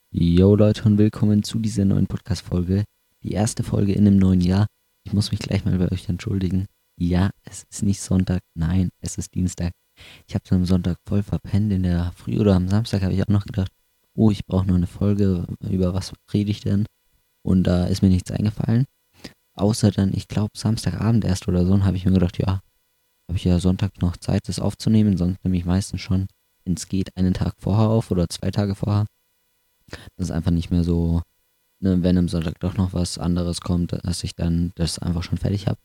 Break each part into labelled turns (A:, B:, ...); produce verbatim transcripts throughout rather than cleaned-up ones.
A: Yo Leute und willkommen zu dieser neuen Podcast-Folge. Die erste Folge in einem neuen Jahr. Ich muss mich gleich mal bei euch entschuldigen. Ja, es ist nicht Sonntag, nein, es ist Dienstag. Ich habe es am Sonntag voll verpennt. In der Früh oder am Samstag habe ich auch noch gedacht, oh, ich brauche noch eine Folge, über was rede ich denn? Und da ist mir nichts eingefallen. Außer dann, ich glaube, Samstagabend erst oder so, habe ich mir gedacht, ja, habe ich ja Sonntag noch Zeit, das aufzunehmen. Sonst nehme ich meistens schon, wenn es geht, einen Tag vorher auf oder zwei Tage vorher. Das ist einfach nicht mehr so, ne, wenn am Sonntag doch noch was anderes kommt, dass ich dann das einfach schon fertig habe.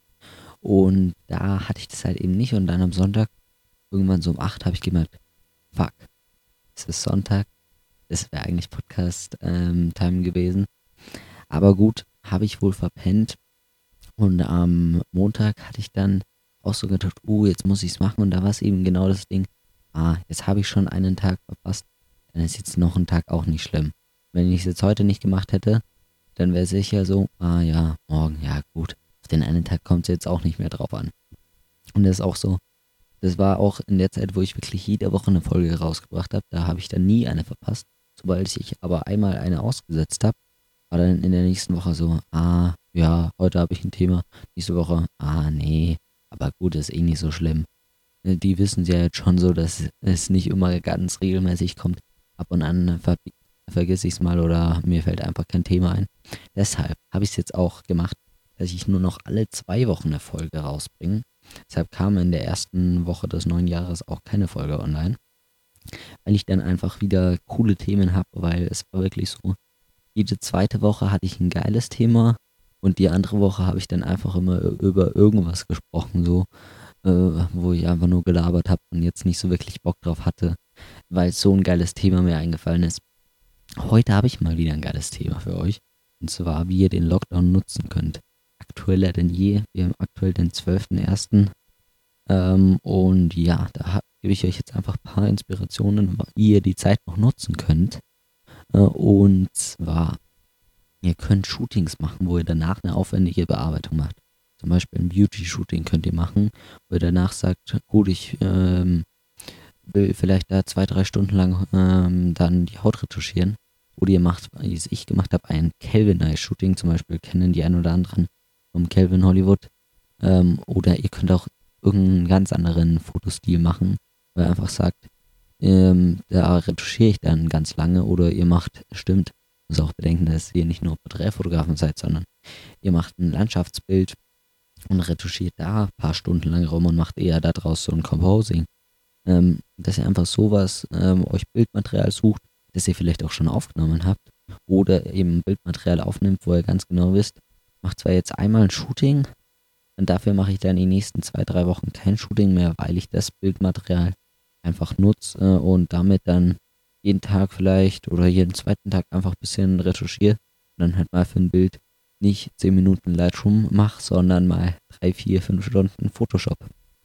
A: Und da hatte ich das halt eben nicht. Und dann am Sonntag, irgendwann so um acht, habe ich gemerkt, fuck, es ist Sonntag. Das wäre eigentlich Podcast-Time gewesen. Aber gut, habe ich wohl verpennt. Und am Montag hatte ich dann auch so gedacht, oh, jetzt muss ich es machen. Und da war es eben genau das Ding, ah, jetzt habe ich schon einen Tag verpasst. Dann ist jetzt noch ein Tag auch nicht schlimm. Wenn ich es jetzt heute nicht gemacht hätte, dann wäre es sicher so, ah ja, morgen, ja gut. Auf den einen Tag kommt es jetzt auch nicht mehr drauf an. Und das ist auch so, das war auch in der Zeit, wo ich wirklich jede Woche eine Folge rausgebracht habe, da habe ich dann nie eine verpasst. Sobald ich aber einmal eine ausgesetzt habe, war dann in der nächsten Woche so, ah, ja, heute habe ich ein Thema. Nächste Woche, ah, nee, aber gut, ist eh nicht so schlimm. Äh, Die wissen ja jetzt schon so, dass es nicht immer ganz regelmäßig kommt. Ab und an ver vergesse ich es mal oder mir fällt einfach kein Thema ein. Deshalb habe ich es jetzt auch gemacht, dass ich nur noch alle zwei Wochen eine Folge rausbringe. Deshalb kam in der ersten Woche des neuen Jahres auch keine Folge online, weil ich dann einfach wieder coole Themen habe, weil es war wirklich so, jede zweite Woche hatte ich ein geiles Thema und die andere Woche habe ich dann einfach immer über irgendwas gesprochen, so, äh, wo ich einfach nur gelabert habe und jetzt nicht so wirklich Bock drauf hatte, weil so ein geiles Thema mir eingefallen ist. Heute habe ich mal wieder ein geiles Thema für euch. Und zwar, wie ihr den Lockdown nutzen könnt. Aktueller denn je. Wir haben aktuell den zwölften ersten. Ähm, und ja, da ha- gebe ich euch jetzt einfach ein paar Inspirationen, wie ihr die Zeit noch nutzen könnt. Äh, und zwar, ihr könnt Shootings machen, wo ihr danach eine aufwendige Bearbeitung macht. Zum Beispiel ein Beauty-Shooting könnt ihr machen, wo ihr danach sagt, gut, ich ähm, will vielleicht da zwei, drei Stunden lang ähm, dann die Haut retuschieren. Oder ihr macht, wie es ich gemacht habe, ein Calvin-Eye-Shooting. Zum Beispiel kennen die ein oder anderen vom Calvin Hollywood. Ähm, oder ihr könnt auch irgendeinen ganz anderen Fotostil machen, wo ihr einfach sagt, ähm, da retuschiere ich dann ganz lange. Oder ihr macht, stimmt, muss auch bedenken, dass ihr nicht nur Porträtfotografen seid, sondern ihr macht ein Landschaftsbild und retuschiert da ein paar Stunden lang rum und macht eher daraus so ein Composing. Ähm, dass ihr einfach sowas ähm, euch Bildmaterial sucht, das ihr vielleicht auch schon aufgenommen habt oder eben Bildmaterial aufnimmt, wo ihr ganz genau wisst, macht zwar jetzt einmal ein Shooting und dafür mache ich dann die nächsten zwei, drei Wochen kein Shooting mehr, weil ich das Bildmaterial einfach nutze äh, und damit dann jeden Tag vielleicht oder jeden zweiten Tag einfach ein bisschen retuschiere und dann halt mal für ein Bild nicht zehn Minuten Lightroom mache, sondern mal drei, vier, fünf Stunden Photoshop.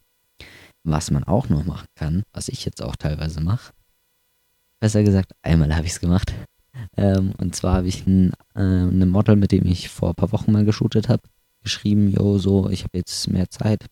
A: Was man auch noch machen kann, was ich jetzt auch teilweise mache, besser gesagt, einmal habe ich es gemacht. Ähm, und zwar habe ich ein, äh, eine Model, mit dem ich vor ein paar Wochen mal geshootet habe, geschrieben, yo, so, ich habe jetzt mehr Zeit.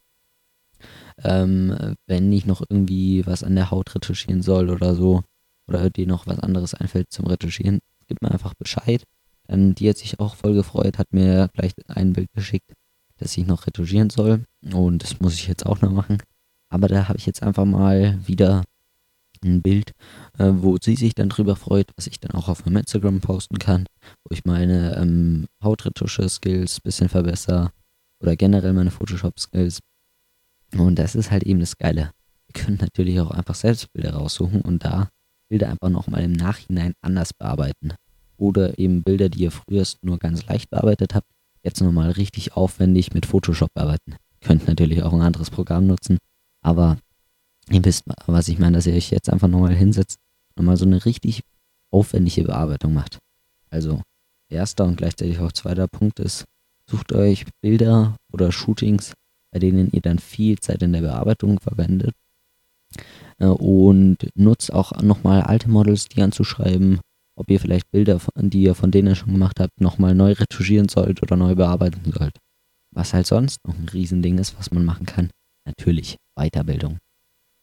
A: Ähm, wenn ich noch irgendwie was an der Haut retuschieren soll oder so, oder dir noch was anderes einfällt zum Retuschieren, gib mir einfach Bescheid. Ähm, die hat sich auch voll gefreut, hat mir gleich ein Bild geschickt, das ich noch retuschieren soll. Und das muss ich jetzt auch noch machen. Aber da habe ich jetzt einfach mal wieder ein Bild, äh, wo sie sich dann drüber freut, was ich dann auch auf meinem Instagram posten kann, wo ich meine ähm, Hautretusche-Skills ein bisschen verbessere oder generell meine Photoshop-Skills. Und das ist halt eben das Geile. Ihr könnt natürlich auch einfach selbst Bilder raussuchen und da Bilder einfach nochmal im Nachhinein anders bearbeiten. Oder eben Bilder, die ihr früher nur ganz leicht bearbeitet habt, jetzt nochmal richtig aufwendig mit Photoshop bearbeiten. Ihr könnt natürlich auch ein anderes Programm nutzen, aber ihr wisst, was ich meine, dass ihr euch jetzt einfach nochmal hinsetzt und mal so eine richtig aufwendige Bearbeitung macht. Also, erster und gleichzeitig auch zweiter Punkt ist, sucht euch Bilder oder Shootings, bei denen ihr dann viel Zeit in der Bearbeitung verwendet äh, und nutzt auch nochmal alte Models, die anzuschreiben, ob ihr vielleicht Bilder, von- die ihr von denen schon gemacht habt, nochmal neu retuschieren sollt oder neu bearbeiten sollt. Was halt sonst noch ein Riesending ist, was man machen kann, natürlich Weiterbildung.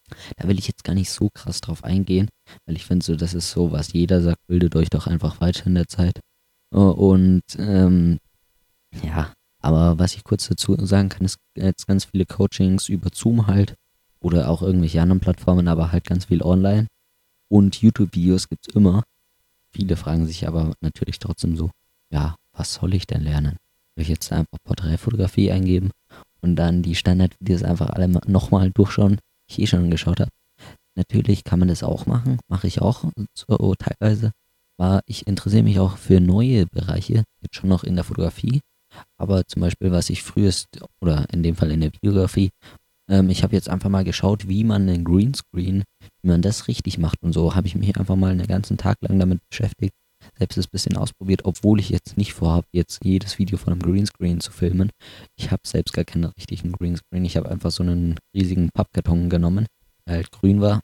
A: Da will ich jetzt gar nicht so krass drauf eingehen, weil ich finde so, das ist so, was jeder sagt, bildet euch doch einfach weiter in der Zeit. Äh, Und ähm, ja, aber was ich kurz dazu sagen kann, ist jetzt ganz viele Coachings über Zoom halt oder auch irgendwelche anderen Plattformen, aber halt ganz viel online. Und YouTube-Videos gibt's immer. Viele fragen sich aber natürlich trotzdem so, ja, was soll ich denn lernen? Soll ich jetzt einfach Porträtfotografie eingeben und dann die Standardvideos einfach alle ma- nochmal durchschauen, die ich eh schon geschaut habe? Natürlich kann man das auch machen, mache ich auch so teilweise. Aber ich interessiere mich auch für neue Bereiche, jetzt schon noch in der Fotografie. Aber zum Beispiel, was ich frühest, oder in dem Fall in der Videografie, ähm, ich habe jetzt einfach mal geschaut, wie man einen Greenscreen, wie man das richtig macht und so, habe ich mich einfach mal einen ganzen Tag lang damit beschäftigt, selbst das bisschen ausprobiert, obwohl ich jetzt nicht vorhabe, jetzt jedes Video von einem Greenscreen zu filmen. Ich habe selbst gar keinen richtigen Greenscreen. Ich habe einfach so einen riesigen Pappkarton genommen, der halt grün war.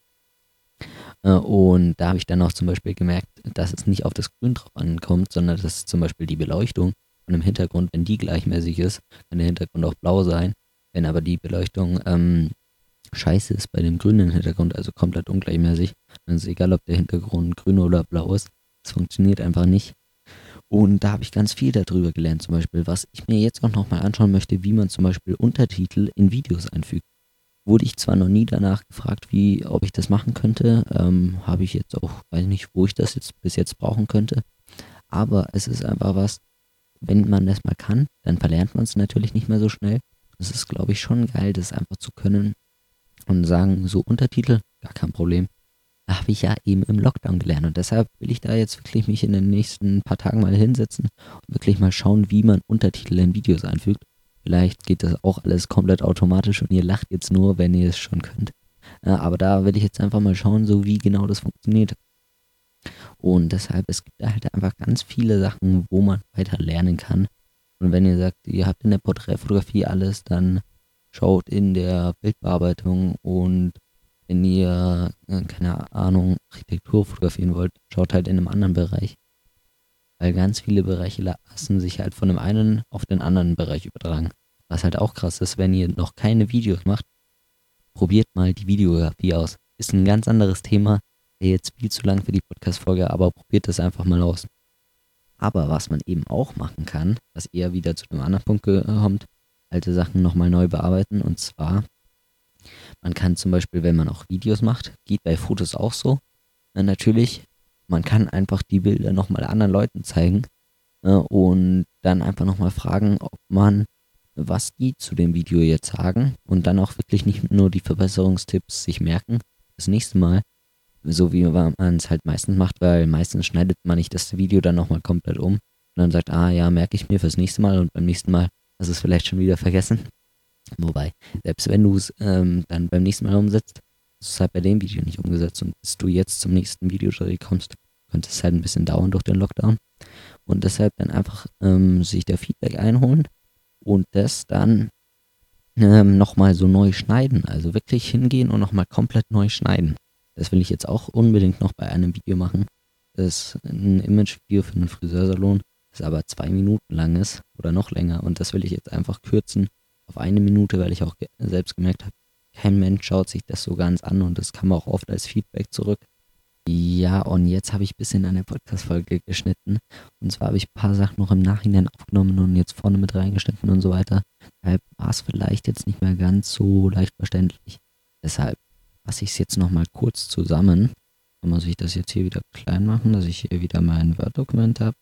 A: Äh, Und da habe ich dann auch zum Beispiel gemerkt, dass es nicht auf das Grün drauf ankommt, sondern dass zum Beispiel die Beleuchtung von dem Hintergrund, wenn die gleichmäßig ist, kann der Hintergrund auch blau sein. Wenn aber die Beleuchtung ähm, scheiße ist bei dem grünen Hintergrund, also komplett ungleichmäßig, dann ist es egal, ob der Hintergrund grün oder blau ist. Es funktioniert einfach nicht. Und da habe ich ganz viel darüber gelernt, zum Beispiel, was ich mir jetzt auch nochmal anschauen möchte, wie man zum Beispiel Untertitel in Videos einfügt. Wurde ich zwar noch nie danach gefragt, wie, ob ich das machen könnte, ähm, habe ich jetzt auch, weiß nicht, wo ich das jetzt bis jetzt brauchen könnte, aber es ist einfach was, wenn man das mal kann, dann verlernt man es natürlich nicht mehr so schnell. Es ist, glaube ich, schon geil, das einfach zu können und sagen, so Untertitel, gar kein Problem. Habe ich ja eben im Lockdown gelernt und deshalb will ich da jetzt wirklich mich in den nächsten paar Tagen mal hinsetzen und wirklich mal schauen, wie man Untertitel in Videos einfügt. Vielleicht geht das auch alles komplett automatisch und ihr lacht jetzt nur, wenn ihr es schon könnt. Ja, aber da will ich jetzt einfach mal schauen, so wie genau das funktioniert. Und deshalb, es gibt da halt einfach ganz viele Sachen, wo man weiter lernen kann. Und wenn ihr sagt, ihr habt in der Porträtfotografie alles, dann schaut in der Bildbearbeitung, und wenn ihr, äh, keine Ahnung, Architektur fotografieren wollt, schaut halt in einem anderen Bereich. Weil ganz viele Bereiche lassen sich halt von dem einen auf den anderen Bereich übertragen. Was halt auch krass ist, wenn ihr noch keine Videos macht, probiert mal die Videografie aus. Ist ein ganz anderes Thema, wäre jetzt viel zu lang für die Podcast-Folge, aber probiert das einfach mal aus. Aber was man eben auch machen kann, was eher wieder zu einem anderen Punkt kommt, alte Sachen nochmal neu bearbeiten. Und zwar, man kann zum Beispiel, wenn man auch Videos macht, geht bei Fotos auch so, äh, natürlich, man kann einfach die Bilder nochmal anderen Leuten zeigen, äh, und dann einfach nochmal fragen, ob man, was die zu dem Video jetzt sagen, und dann auch wirklich nicht nur die Verbesserungstipps sich merken, das nächste Mal, so wie man es halt meistens macht, weil meistens schneidet man nicht das Video dann nochmal komplett um und dann sagt, ah ja, merke ich mir fürs nächste Mal, und beim nächsten Mal hast du es vielleicht schon wieder vergessen. Wobei, selbst wenn du es ähm, dann beim nächsten Mal umsetzt, ist es halt bei dem Video nicht umgesetzt, und bis du jetzt zum nächsten Videodreh kommst, könnte es halt ein bisschen dauern durch den Lockdown. Und deshalb dann einfach ähm, sich der Feedback einholen und das dann ähm, nochmal so neu schneiden. Also wirklich hingehen und nochmal komplett neu schneiden. Das will ich jetzt auch unbedingt noch bei einem Video machen. Das ist ein Image-Video für einen Friseursalon, das aber zwei Minuten lang ist oder noch länger. Und das will ich jetzt einfach kürzen auf eine Minute, weil ich auch ge selbst gemerkt habe, kein Mensch schaut sich das so ganz an, und das kam auch oft als Feedback zurück. Ja, und jetzt habe ich ein bisschen an der Podcast-Folge geschnitten. Und zwar habe ich ein paar Sachen noch im Nachhinein aufgenommen und jetzt vorne mit reingeschnitten und so weiter. Deshalb war es vielleicht jetzt nicht mehr ganz so leicht verständlich. Deshalb fasse ich es jetzt nochmal kurz zusammen. Dann muss ich das jetzt hier wieder klein machen, dass ich hier wieder mein Word-Dokument habe.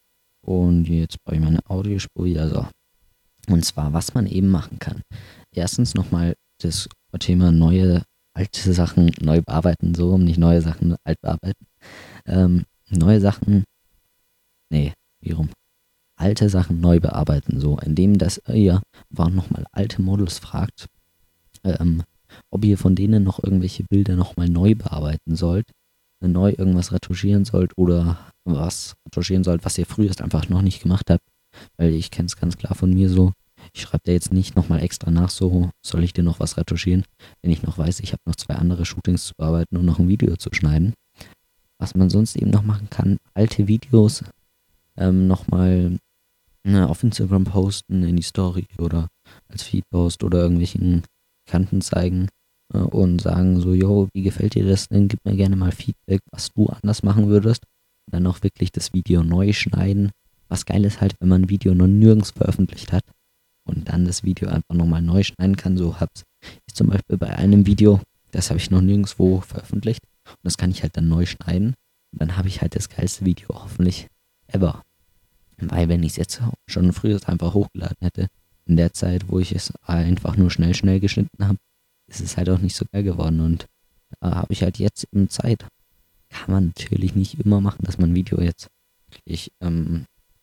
A: Und jetzt brauche ich meine Audiospur wieder so. Und zwar, was man eben machen kann. Erstens nochmal das Thema neue, alte Sachen neu bearbeiten, so, um nicht neue Sachen alt bearbeiten. Ähm, neue Sachen, nee, wie rum? Alte Sachen neu bearbeiten, so, indem dass ihr einfach nochmal alte Models fragt, ähm, ob ihr von denen noch irgendwelche Bilder nochmal neu bearbeiten sollt, neu irgendwas retuschieren sollt oder was retuschieren sollt, was ihr früher einfach noch nicht gemacht habt. Weil ich kenne es ganz klar von mir so, ich schreibe da jetzt nicht nochmal extra nach, so, soll ich dir noch was retuschieren, wenn ich noch weiß, ich habe noch zwei andere Shootings zu bearbeiten und noch ein Video zu schneiden. Was man sonst eben noch machen kann, alte Videos ähm, nochmal ne, auf Instagram posten, in die Story oder als Feedpost oder irgendwelchen Kanten zeigen. äh, und sagen so, yo, wie gefällt dir das denn? Gib mir gerne mal Feedback, was du anders machen würdest. Und dann auch wirklich das Video neu schneiden. Was geil ist halt, wenn man ein Video noch nirgends veröffentlicht hat und dann das Video einfach nochmal neu schneiden kann. So hab's ich zum Beispiel bei einem Video, das habe ich noch nirgendwo veröffentlicht und das kann ich halt dann neu schneiden. Und dann habe ich halt das geilste Video hoffentlich ever. Weil wenn ich es jetzt schon früher einfach hochgeladen hätte, in der Zeit, wo ich es einfach nur schnell, schnell geschnitten habe, ist es halt auch nicht so geil geworden. Und da habe ich halt jetzt eben Zeit. Kann man natürlich nicht immer machen, dass man ein Video jetzt wirklich ähm,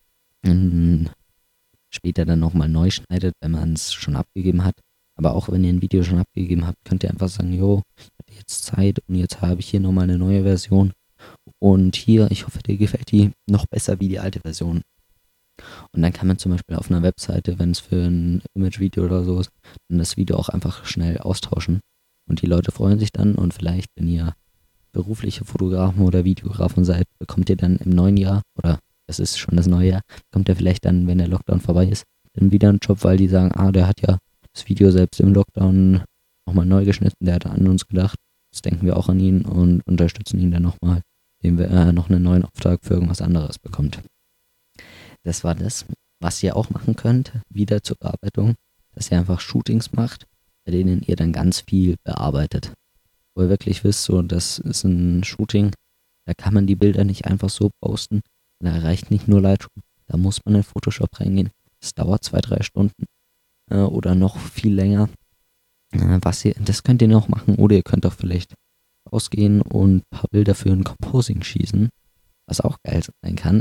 A: m, später dann nochmal neu schneidet, wenn man es schon abgegeben hat. Aber auch wenn ihr ein Video schon abgegeben habt, könnt ihr einfach sagen, jo, ich hatte jetzt Zeit und jetzt habe ich hier nochmal eine neue Version. Und hier, ich hoffe, dir gefällt die noch besser wie die alte Version. Und dann kann man zum Beispiel auf einer Webseite, wenn es für ein Image-Video oder so ist, dann das Video auch einfach schnell austauschen. Und die Leute freuen sich dann und vielleicht, wenn ihr berufliche Fotografen oder Videografen seid, bekommt ihr dann im neuen Jahr, oder das ist schon das neue Jahr, bekommt ihr vielleicht dann, wenn der Lockdown vorbei ist, dann wieder einen Job, weil die sagen, ah, der hat ja das Video selbst im Lockdown nochmal neu geschnitten, der hat an uns gedacht. Jetzt denken wir auch an ihn und unterstützen ihn dann nochmal, indem wir äh, noch einen neuen Auftrag für irgendwas anderes bekommt. Das war das, was ihr auch machen könnt, wieder zur Bearbeitung, dass ihr einfach Shootings macht, bei denen ihr dann ganz viel bearbeitet. Wo ihr wirklich wisst, so, das ist ein Shooting, da kann man die Bilder nicht einfach so posten, da reicht nicht nur Lightroom, da muss man in Photoshop reingehen. Das dauert zwei, drei Stunden äh, oder noch viel länger. Äh, was ihr, das könnt ihr noch machen oder ihr könnt auch vielleicht rausgehen und ein paar Bilder für ein Composing schießen, was auch geil sein kann.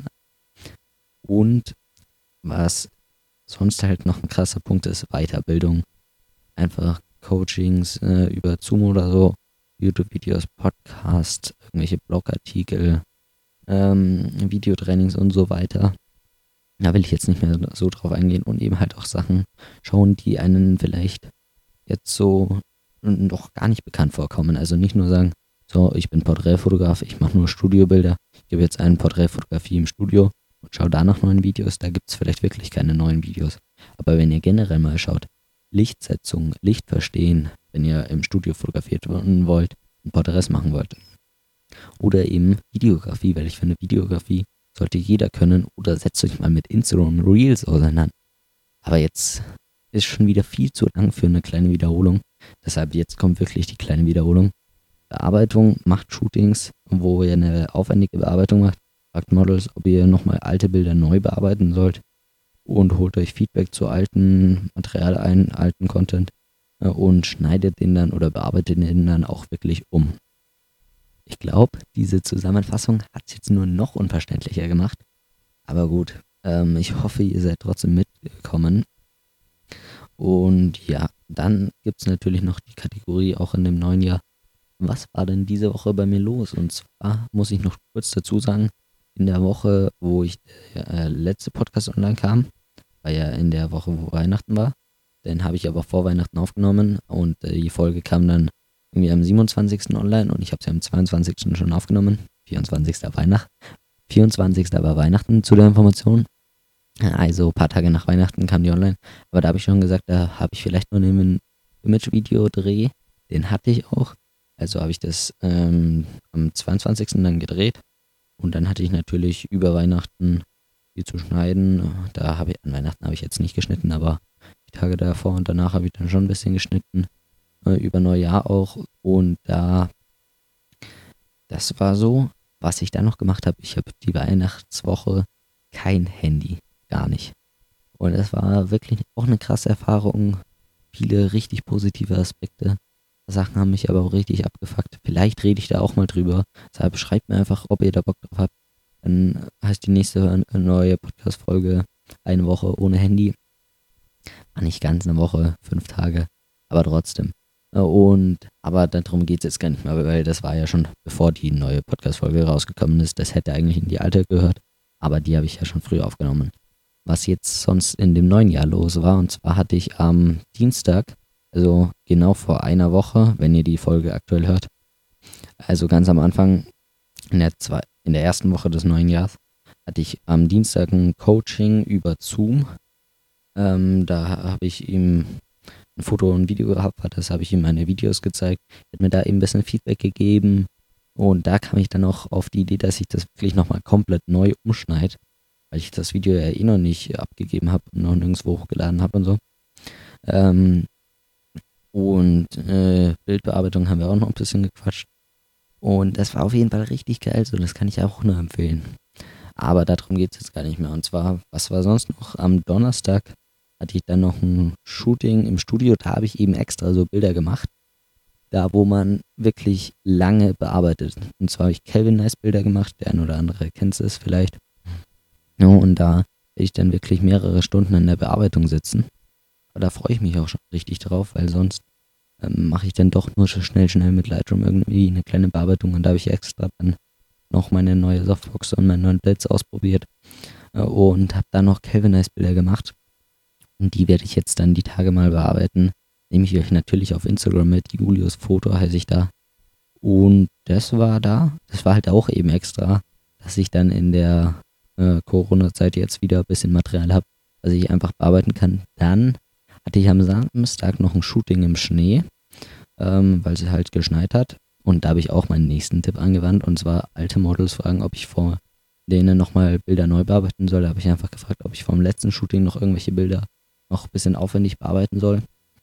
A: Und was sonst halt noch ein krasser Punkt ist, Weiterbildung. Einfach Coachings äh, über Zoom oder so, YouTube-Videos, Podcasts, irgendwelche Blogartikel, ähm, Videotrainings und so weiter. Da will ich jetzt nicht mehr so drauf eingehen und eben halt auch Sachen schauen, die einen vielleicht jetzt so noch gar nicht bekannt vorkommen. Also nicht nur sagen, so, ich bin Porträtfotograf, ich mache nur Studiobilder, ich gebe jetzt einen Porträtfotografie im Studio und schau da nach neuen Videos, da gibt es vielleicht wirklich keine neuen Videos. Aber wenn ihr generell mal schaut, Lichtsetzung, Licht verstehen, wenn ihr im Studio fotografiert werden wollt, ein Porträts machen wollt. Oder eben Videografie, weil ich finde, Videografie sollte jeder können oder setzt euch mal mit Instagram Reels auseinander. Aber jetzt ist schon wieder viel zu lang für eine kleine Wiederholung. Deshalb jetzt kommt wirklich die kleine Wiederholung. Bearbeitung, macht Shootings, wo ihr eine aufwendige Bearbeitung macht. Fragt Models, ob ihr nochmal alte Bilder neu bearbeiten sollt und holt euch Feedback zu alten Material ein, alten Content äh, und schneidet den dann oder bearbeitet den dann auch wirklich um. Ich glaube, diese Zusammenfassung hat es jetzt nur noch unverständlicher gemacht. Aber gut, ähm, ich hoffe, ihr seid trotzdem mitgekommen. Und ja, dann gibt es natürlich noch die Kategorie auch in dem neuen Jahr. Was war denn diese Woche bei mir los? Und zwar muss ich noch kurz dazu sagen, in der Woche, wo ich der äh, letzte Podcast online kam, war ja in der Woche, wo Weihnachten war. Den habe ich aber vor Weihnachten aufgenommen und äh, die Folge kam dann irgendwie am siebenundzwanzigsten online und ich habe sie am zweiundzwanzigsten schon aufgenommen. vierundzwanzigsten Weihnachten. vierundzwanzigsten war Weihnachten zu der Information. Also ein paar Tage nach Weihnachten kam die online. Aber da habe ich schon gesagt, da habe ich vielleicht nur einen Image-Video-Dreh. Den hatte ich auch. Also habe ich das ähm, am zweiundzwanzigsten dann gedreht. Und dann hatte ich natürlich über Weihnachten viel zu schneiden. Da habe ich, an Weihnachten habe ich jetzt nicht geschnitten, aber die Tage davor und danach habe ich dann schon ein bisschen geschnitten. Äh, über Neujahr auch. Und da, das war so, was ich dann noch gemacht habe. Ich habe die Weihnachtswoche kein Handy. Gar nicht. Und das war wirklich auch eine krasse Erfahrung. Viele richtig positive Aspekte. Sachen haben mich aber auch richtig abgefuckt. Vielleicht rede ich da auch mal drüber. Deshalb schreibt mir einfach, ob ihr da Bock drauf habt. Dann heißt die nächste neue Podcast-Folge eine Woche ohne Handy. War nicht ganz eine Woche, fünf Tage. Aber trotzdem. Und, aber darum geht es jetzt gar nicht mehr, weil das war ja schon, bevor die neue Podcast-Folge rausgekommen ist. Das hätte eigentlich in die alte gehört. Aber die habe ich ja schon früher aufgenommen. Was jetzt sonst in dem neuen Jahr los war. Und zwar hatte ich am Dienstag, also genau vor einer Woche, wenn ihr die Folge aktuell hört, also ganz am Anfang, in der, zwei, in der ersten Woche des neuen Jahres, hatte ich am Dienstag ein Coaching über Zoom. Ähm, da habe ich ihm ein Foto und ein Video gehabt hat, das habe ich ihm meine Videos gezeigt, hat mir da eben ein bisschen Feedback gegeben und da kam ich dann auch auf die Idee, dass ich das wirklich nochmal komplett neu umschneide, weil ich das Video ja eh noch nicht abgegeben habe und noch nirgendwo hochgeladen habe und so. Ähm, und äh, Bildbearbeitung haben wir auch noch ein bisschen gequatscht und das war auf jeden Fall richtig geil, so das kann ich auch nur empfehlen. Aber darum geht es jetzt gar nicht mehr. Und zwar, was war sonst noch? Am Donnerstag hatte ich dann noch ein Shooting im Studio. Da habe ich eben extra so Bilder gemacht. Da, wo man wirklich lange bearbeitet. Und zwar habe ich Calvin Nice Bilder gemacht. Der ein oder andere kennt es vielleicht. Ja, und da werde ich dann wirklich mehrere Stunden in der Bearbeitung sitzen. Aber da freue ich mich auch schon richtig drauf, weil sonst ähm, mache ich dann doch nur so schnell, schnell mit Lightroom irgendwie eine kleine Bearbeitung. Und da habe ich extra dann noch meine neue Softbox und meinen neuen Blitz ausprobiert äh, und habe dann noch Calvin Nice Bilder gemacht und die werde ich jetzt dann die Tage mal bearbeiten. Nehme ich euch natürlich auf Instagram mit, Julius Foto heiße ich da und das war da, das war halt auch eben extra, dass ich dann in der äh, Corona-Zeit jetzt wieder ein bisschen Material habe, was ich einfach bearbeiten kann. Dann hatte ich am Samstag noch ein Shooting im Schnee, ähm, weil es halt geschneit hat. Und da habe ich auch meinen nächsten Tipp angewandt, und zwar alte Models fragen, ob ich vor denen nochmal Bilder neu bearbeiten soll. Da habe ich einfach gefragt, ob ich vom letzten Shooting noch irgendwelche Bilder noch ein bisschen aufwendig bearbeiten soll.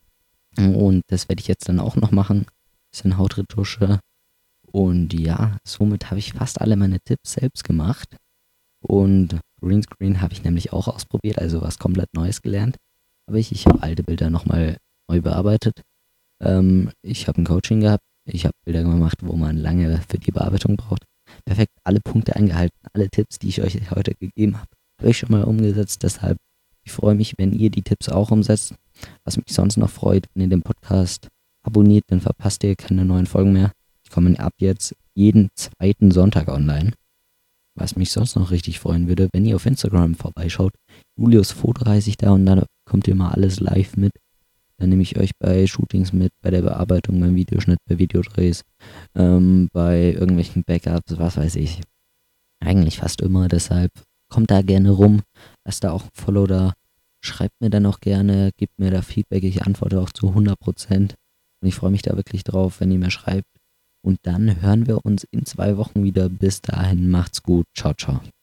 A: Und das werde ich jetzt dann auch noch machen. Bisschen Hautretusche. Und ja, somit habe ich fast alle meine Tipps selbst gemacht. Und Greenscreen habe ich nämlich auch ausprobiert, also was komplett Neues gelernt. Aber ich, ich habe alte Bilder nochmal neu bearbeitet. Ähm, ich habe ein Coaching gehabt. Ich habe Bilder gemacht, wo man lange für die Bearbeitung braucht. Perfekt, alle Punkte eingehalten, alle Tipps, die ich euch heute gegeben habe, habe ich schon mal umgesetzt. Deshalb, ich freue mich, wenn ihr die Tipps auch umsetzt. Was mich sonst noch freut, wenn ihr den Podcast abonniert, dann verpasst ihr keine neuen Folgen mehr. Die kommen ab jetzt jeden zweiten Sonntag online. Was mich sonst noch richtig freuen würde, wenn ihr auf Instagram vorbeischaut. Julius Foto heiße ich da und dann bekommt ihr mal alles live mit. Dann nehme ich euch bei Shootings mit, bei der Bearbeitung, beim Videoschnitt, bei Videodrehs, ähm, bei irgendwelchen Backups, was weiß ich. Eigentlich fast immer, deshalb kommt da gerne rum, lasst da auch ein Follow da, schreibt mir dann auch gerne, gebt mir da Feedback, ich antworte auch zu hundert Prozent und ich freue mich da wirklich drauf, wenn ihr mir schreibt. Und dann hören wir uns in zwei Wochen wieder. Bis dahin, macht's gut, ciao, ciao.